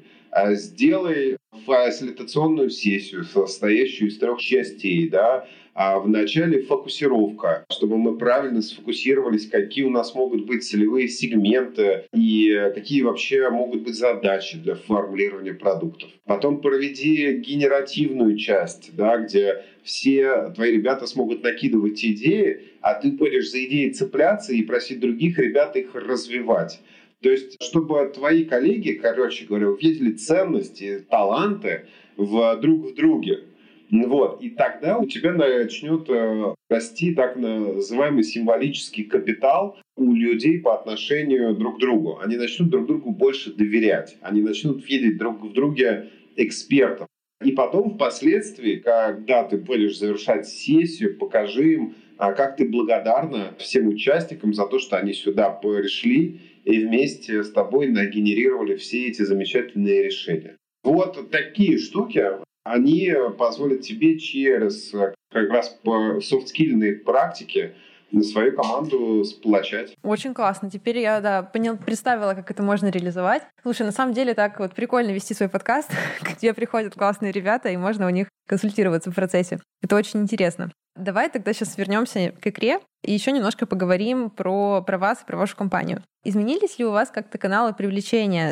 S3: Сделай фасилитационную сессию, состоящую из 3 частей, да, а в начале фокусировка, чтобы мы правильно сфокусировались, какие у нас могут быть целевые сегменты и какие вообще могут быть задачи для формулирования продуктов. Потом проведи генеративную часть, да, где все твои ребята смогут накидывать идеи, а ты будешь за идеи цепляться и просить других ребят их развивать. То есть, чтобы твои коллеги, короче говоря, увидели ценности, таланты друг в друге. Вот. И тогда у тебя начнет расти так называемый символический капитал у людей по отношению друг к другу. Они начнут друг другу больше доверять. Они начнут видеть друг в друге экспертов. И потом, впоследствии, когда ты будешь завершать сессию, покажи им, как ты благодарна всем участникам за то, что они сюда пришли и вместе с тобой нагенерировали все эти замечательные решения. Вот такие штуки, они позволят тебе через как раз по софт-скильной практике свою команду сплочать.
S1: Очень классно. Теперь я, представила, как это можно реализовать. Слушай, на самом деле так вот прикольно вести свой подкаст, где приходят классные ребята, и можно у них консультироваться в процессе. Это очень интересно. Давай тогда сейчас вернемся к икре и еще немножко поговорим про вас и про вашу компанию. Изменились ли у вас как-то каналы привлечения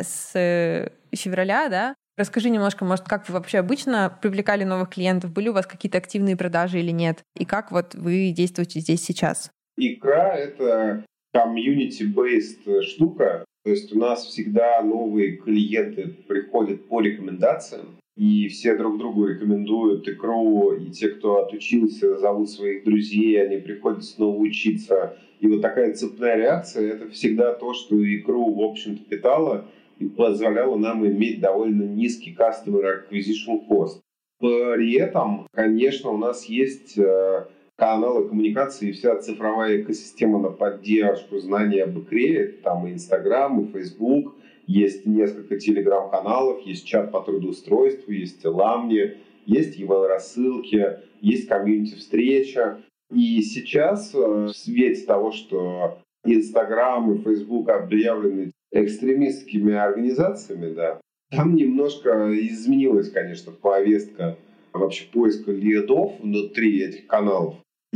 S1: с февраля, да? Расскажи немножко, может, как вы вообще обычно привлекали новых клиентов? Были у вас какие-то активные продажи или нет? И как вот вы действуете здесь сейчас?
S3: Икра — это community-based штука. То есть у нас всегда новые клиенты приходят по рекомендациям, и все друг другу рекомендуют икру, и те, кто отучился, зовут своих друзей, они приходят снова учиться. И вот такая цепная реакция — это всегда то, что икру, в общем-то, питало и позволяло нам иметь довольно низкий customer acquisition cost. При этом, конечно, у нас есть каналы коммуникации и вся цифровая экосистема на поддержку знаний об икре. Там и Инстаграм, и Фейсбук, есть несколько телеграм-каналов, есть чат по трудоустройству, есть ламни, есть email-рассылки, есть комьюнити-встреча. И сейчас в свете того, что Инстаграм и Фейсбук объявлены экстремистскими организациями, да, там немножко изменилась, конечно, повестка вообще поиска лидов внутри этих каналов.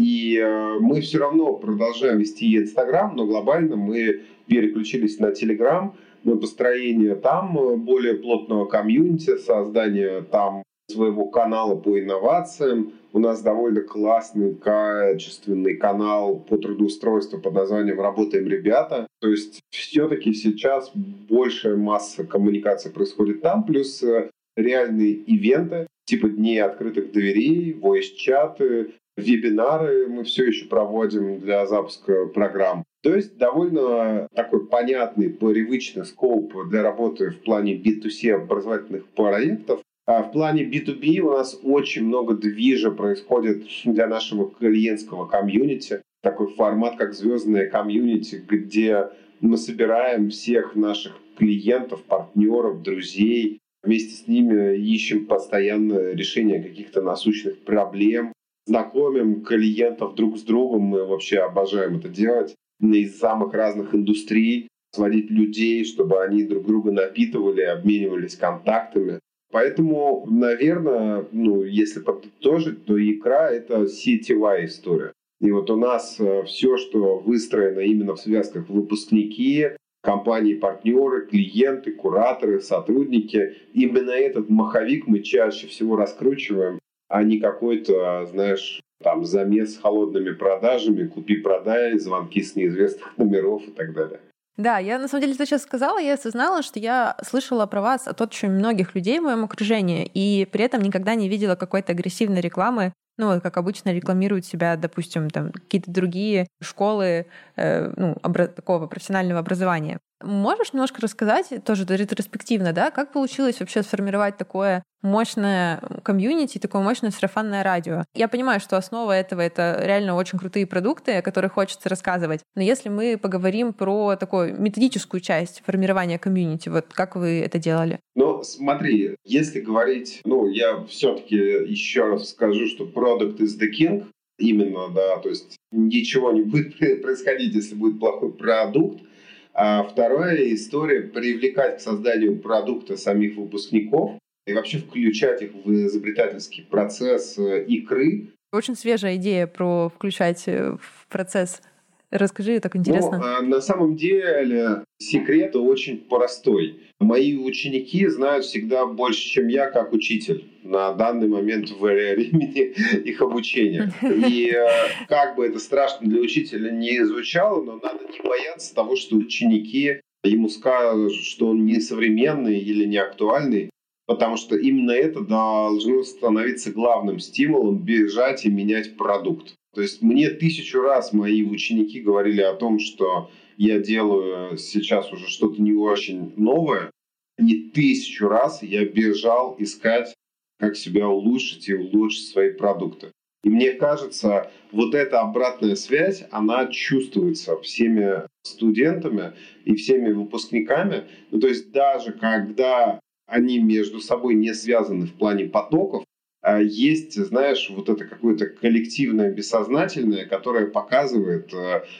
S3: И мы все равно продолжаем вести Инстаграм, но глобально мы переключились на Телеграм, на построение там более плотного комьюнити, создание там своего канала по инновациям. У нас довольно классный, качественный канал по трудоустройству под названием «Работаем, ребята». То есть все-таки сейчас большая масса коммуникации происходит там, плюс реальные ивенты, типа дней открытых дверей, voice-чаты, вебинары мы все еще проводим для запуска программ. То есть довольно такой понятный, привычный скоуп для работы в плане B2C образовательных проектов. А в плане B2B у нас очень много движа происходит для нашего клиентского комьюнити. Такой формат, как звездное комьюнити, где мы собираем всех наших клиентов, партнеров, друзей. Вместе с ними ищем постоянно решение каких-то насущных проблем. Знакомим клиентов друг с другом. Мы вообще обожаем это делать. Из самых разных индустрий. Сводить людей, чтобы они друг друга напитывали, обменивались контактами. Поэтому, наверное, если подытожить, то икра — это сетевая история. И вот у нас все, что выстроено именно в связках выпускники, компании, партнеры, клиенты, кураторы, сотрудники, именно этот маховик мы чаще всего раскручиваем, а не какой-то, замес с холодными продажами, купи-продай, звонки с неизвестных номеров и так далее.
S1: Да, я на самом деле ты сейчас сказала, я осознала, что я слышала про вас от очень многих людей в моем окружении, и при этом никогда не видела какой-то агрессивной рекламы, как обычно рекламируют себя, допустим, там какие-то другие школы такого профессионального образования. Можешь немножко рассказать, тоже ретроспективно, да, как получилось вообще сформировать такое мощное комьюнити, такое мощное сарафанное радио? Я понимаю, что основа этого — это реально очень крутые продукты, о которых хочется рассказывать. Но если мы поговорим про такую методическую часть формирования комьюнити, вот как вы это делали?
S3: Ну, смотри, если говорить, я все-таки еще раз скажу, что product is the king, именно, да, то есть ничего не будет происходить, если будет плохой продукт. А вторая история — привлекать к созданию продукта самих выпускников и вообще включать их в изобретательский процесс икры.
S1: Очень свежая идея про включать в процесс. Расскажи, так интересно.
S3: На самом деле секрет очень простой. Мои ученики знают всегда больше, чем я, как учитель на данный момент времени их обучения. И как бы это страшно для учителя не звучало, но надо не бояться того, что ученики ему скажут, что он не современный или не актуальный, потому что именно это должно становиться главным стимулом бежать и менять продукт. То есть мне 1000 раз мои ученики говорили о том, что я делаю сейчас уже что-то не очень новое. И 1000 раз я бежал искать, как себя улучшить и улучшить свои продукты. И мне кажется, вот эта обратная связь, она чувствуется всеми студентами и всеми выпускниками. То есть даже когда они между собой не связаны в плане потоков, есть, знаешь, вот это какое-то коллективное бессознательное, которое показывает,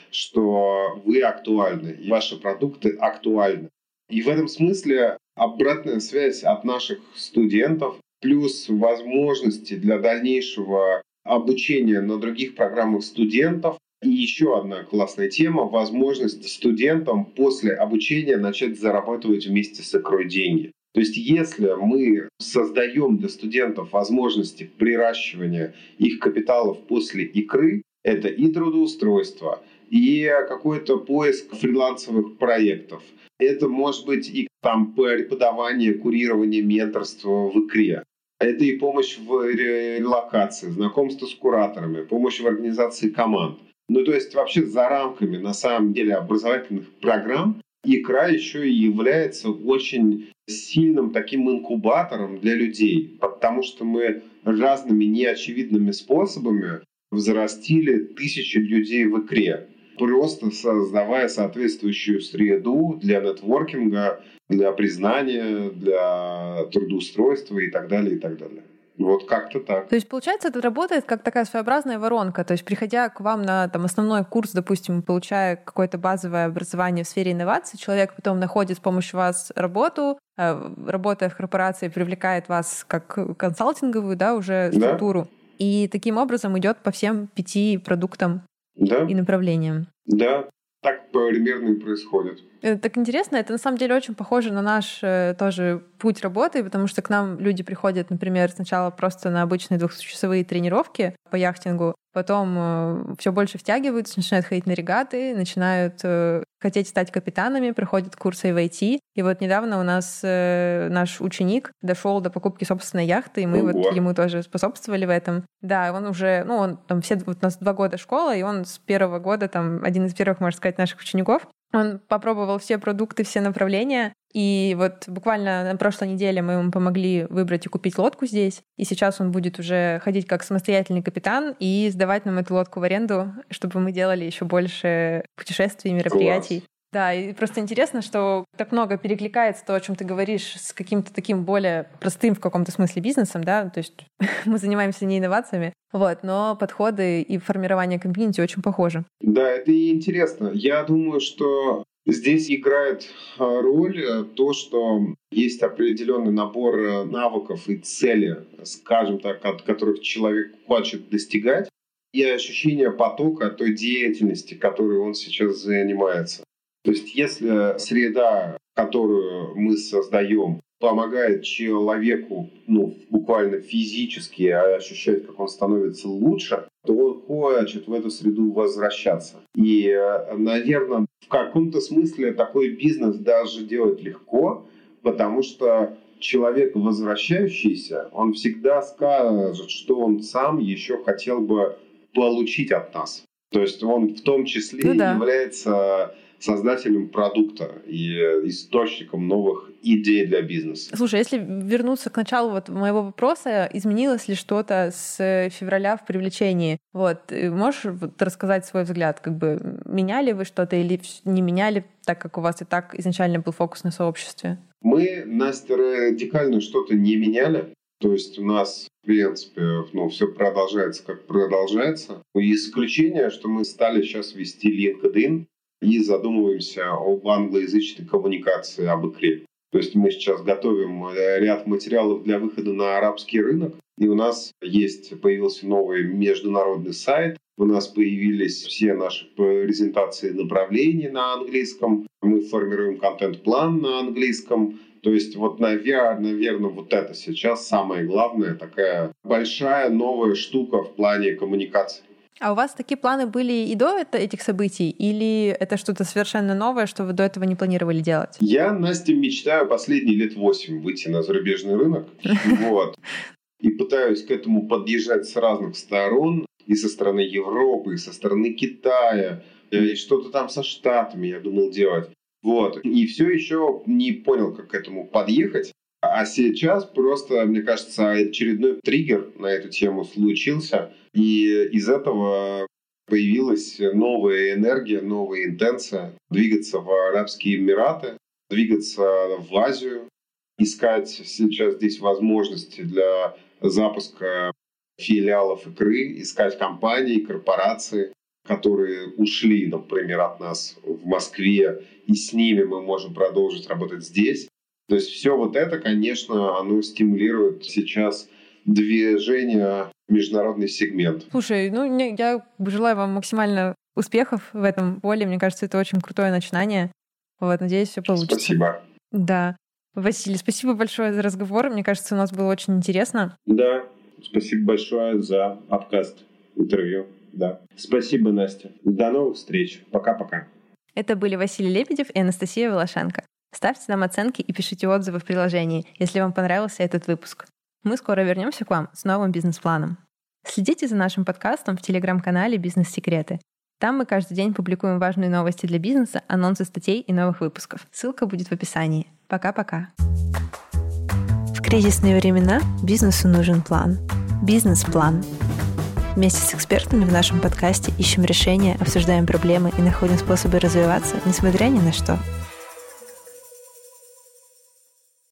S3: что вы актуальны, и ваши продукты актуальны. И в этом смысле обратная связь от наших студентов плюс возможности для дальнейшего обучения на других программах студентов. И еще одна классная тема — возможность студентам после обучения начать зарабатывать вместе с икрой деньги. То есть если мы создаем для студентов возможности приращивания их капиталов после икры, это и трудоустройство, и какой-то поиск фрилансовых проектов. Это может быть и преподавание, курирование, менторство в икре. Это и помощь в релокации, знакомство с кураторами, помощь в организации команд. То есть вообще за рамками, на самом деле, образовательных программ икра еще и является очень сильным таким инкубатором для людей, потому что мы разными неочевидными способами взрастили 1000 людей в икре, просто создавая соответствующую среду для нетворкинга, для признания, для трудоустройства и так далее, и так далее. Вот как-то так.
S1: То есть, получается, это работает как такая своеобразная воронка. То есть, приходя к вам на основной курс, допустим, получая какое-то базовое образование в сфере инноваций, человек потом находит с помощью вас работу, работая в корпорации, привлекает вас как консалтинговую, уже структуру. Да. И таким образом идет по всем 5 продуктам и направлениям.
S3: Да, так примерно и происходит.
S1: Это так интересно. Это на самом деле очень похоже на наш тоже путь работы, потому что к нам люди приходят, например, сначала просто на обычные 2-часовые тренировки по яхтингу, потом все больше втягиваются, начинают ходить на регаты, начинают хотеть стать капитанами, проходят курсы в IT. И вот недавно у нас наш ученик дошел до покупки собственной яхты, и мы вот ему тоже способствовали в этом. Да, он уже, он там у нас 2 года школа, и он с 1-го года один из первых, можно сказать, наших учеников. Он попробовал все продукты, все направления. И вот буквально на прошлой неделе мы ему помогли выбрать и купить лодку здесь. И сейчас он будет уже ходить как самостоятельный капитан и сдавать нам эту лодку в аренду, чтобы мы делали еще больше путешествий, мероприятий. Класс. Да, и просто интересно, что так много перекликается то, о чем ты говоришь, с каким-то таким более простым в каком-то смысле бизнесом, то есть мы занимаемся не инновациями, но подходы и формирование комьюнити очень похожи.
S3: Да, это и интересно. Я думаю, что здесь играет роль то, что есть определенный набор навыков и целей, скажем так, от которых человек хочет достигать, и ощущение потока той деятельности, которой он сейчас занимается. То есть если среда, которую мы создаем, помогает человеку буквально физически ощущать, как он становится лучше, то он хочет в эту среду возвращаться. И, наверное, в каком-то смысле такой бизнес даже делать легко, потому что человек, возвращающийся, он всегда скажет, что он сам еще хотел бы получить от нас. То есть он в том числе является создателем продукта и источником новых идей для бизнеса.
S1: Слушай, если вернуться к началу моего вопроса, изменилось ли что-то с февраля в привлечении? Можешь рассказать свой взгляд? Меняли вы что-то или не меняли, так как у вас и так изначально был фокус на сообществе?
S3: Мы, Настя, радикально что-то не меняли. То есть у нас, в принципе, все продолжается, как продолжается. Исключение, что мы стали сейчас вести LinkedIn и задумываемся об англоязычной коммуникации, об икре. То есть мы сейчас готовим ряд материалов для выхода на арабский рынок. И у нас появился новый международный сайт. У нас появились все наши презентации направлений на английском. Мы формируем контент-план на английском. То есть наверное, это сейчас самая главная такая большая новая штука в плане коммуникации.
S1: А у вас такие планы были и до этих событий? Или это что-то совершенно новое, что вы до этого не планировали делать?
S3: Я, Настя, мечтаю последние лет 8 выйти на зарубежный рынок. И пытаюсь к этому подъезжать с разных сторон. И со стороны Европы, и со стороны Китая. И что-то там со Штатами я думал делать. И все еще не понял, как к этому подъехать. А сейчас просто, мне кажется, очередной триггер на эту тему случился. И из этого появилась новая энергия, новая интенция двигаться в Арабские Эмираты, двигаться в Азию, искать сейчас здесь возможности для запуска филиалов икры, искать компании, корпорации, которые ушли, например, от нас в Москве, и с ними мы можем продолжить работать здесь. То есть все это, конечно, оно стимулирует сейчас движение в международный сегмент.
S1: Слушай, я желаю вам максимально успехов в этом поле. Мне кажется, это очень крутое начинание. Надеюсь, все получится.
S3: Спасибо.
S1: Да. Василий, спасибо большое за разговор. Мне кажется, у нас было очень интересно.
S2: Да, спасибо большое за подкаст, интервью. Да. Спасибо, Настя. До новых встреч. Пока-пока.
S1: Это были Василий Лебедев и Анастасия Волошенко. Ставьте нам оценки и пишите отзывы в приложении, если вам понравился этот выпуск. Мы скоро вернемся к вам с новым бизнес-планом. Следите за нашим подкастом в телеграм-канале «Бизнес-секреты». Там мы каждый день публикуем важные новости для бизнеса, анонсы статей и новых выпусков. Ссылка будет в описании. Пока-пока. В кризисные времена бизнесу нужен план. Бизнес-план. Вместе с экспертами в нашем подкасте ищем решения, обсуждаем проблемы и находим способы развиваться, несмотря ни на что.